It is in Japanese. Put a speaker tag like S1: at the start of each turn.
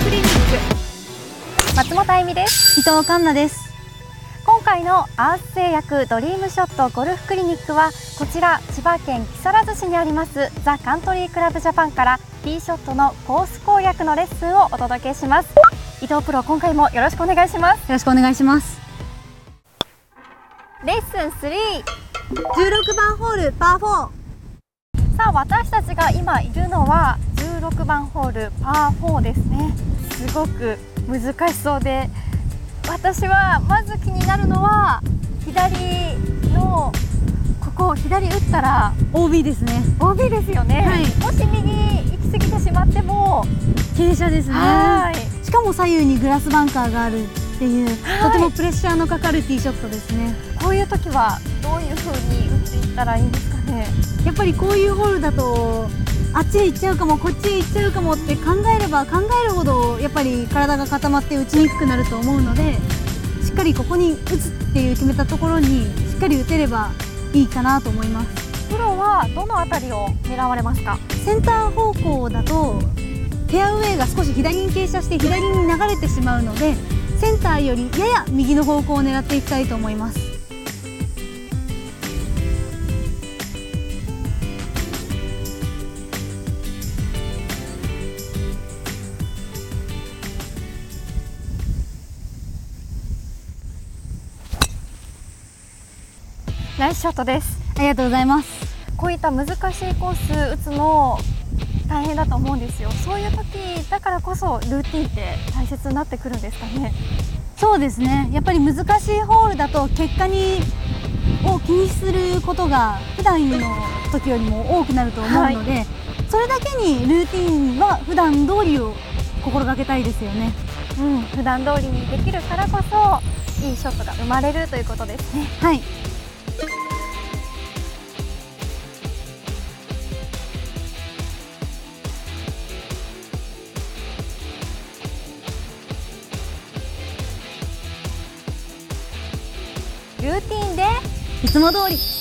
S1: クリニック。松本あゆみです。
S2: 伊藤環奈です。
S1: 今回のアース製薬ドリームショットゴルフクリニックはこちら千葉県木更津市にありますザ・カントリークラブジャパンからティーショットのコース攻略のレッスンをお届けします。伊藤プロ、今回もよろしくお願いします。
S2: よろしくお願いします。
S1: レッスン3、
S2: 16番ホールパー4。
S1: さあ、私たちが今いるのは16番ホールパー4ですね。すごく難しそうで、私はまず気になるのは左のここ、左打ったら
S2: OB ですね。
S1: OB ですよね、
S2: はい、
S1: もし右行き過ぎてしまっても
S2: 傾斜ですね。
S1: はい、
S2: しかも左右にグラスバンカーがあるっていう、とてもプレッシャーのかかるティーショットですね。
S1: こういう時はどういう風に打っていったらいいんですかね。
S2: やっぱりこういうホールだとあっちへ行っちゃうかも、こっちへ行っちゃうかもって考えれば考えるほどやっぱり体が固まって打ちにくくなると思うので、しっかりここに打つっていう決めたところにしっかり打てればいいかなと思います。
S1: プロはどのあたりを狙われますか。
S2: センター方向だとフェアウェイが少し左に傾斜して左に流れてしまうので、センターよりやや右の方向を狙っていきたいと思います。
S1: ナイスショットです。
S2: ありがとうございます。
S1: こういった難しいコース打つの大変だと思うんですよ。そういう時だからこそルーティンって大切になってくるんですかね。
S2: そうですね、やっぱり難しいホールだと結果を気にすることが普段の時よりも多くなると思うので、はい、それだけにルーティンは普段通りを心がけたいですよね。
S1: 普段通りにできるからこそいいショットが生まれるということですね。
S2: はい。
S1: ルーティンで
S2: いつも通り。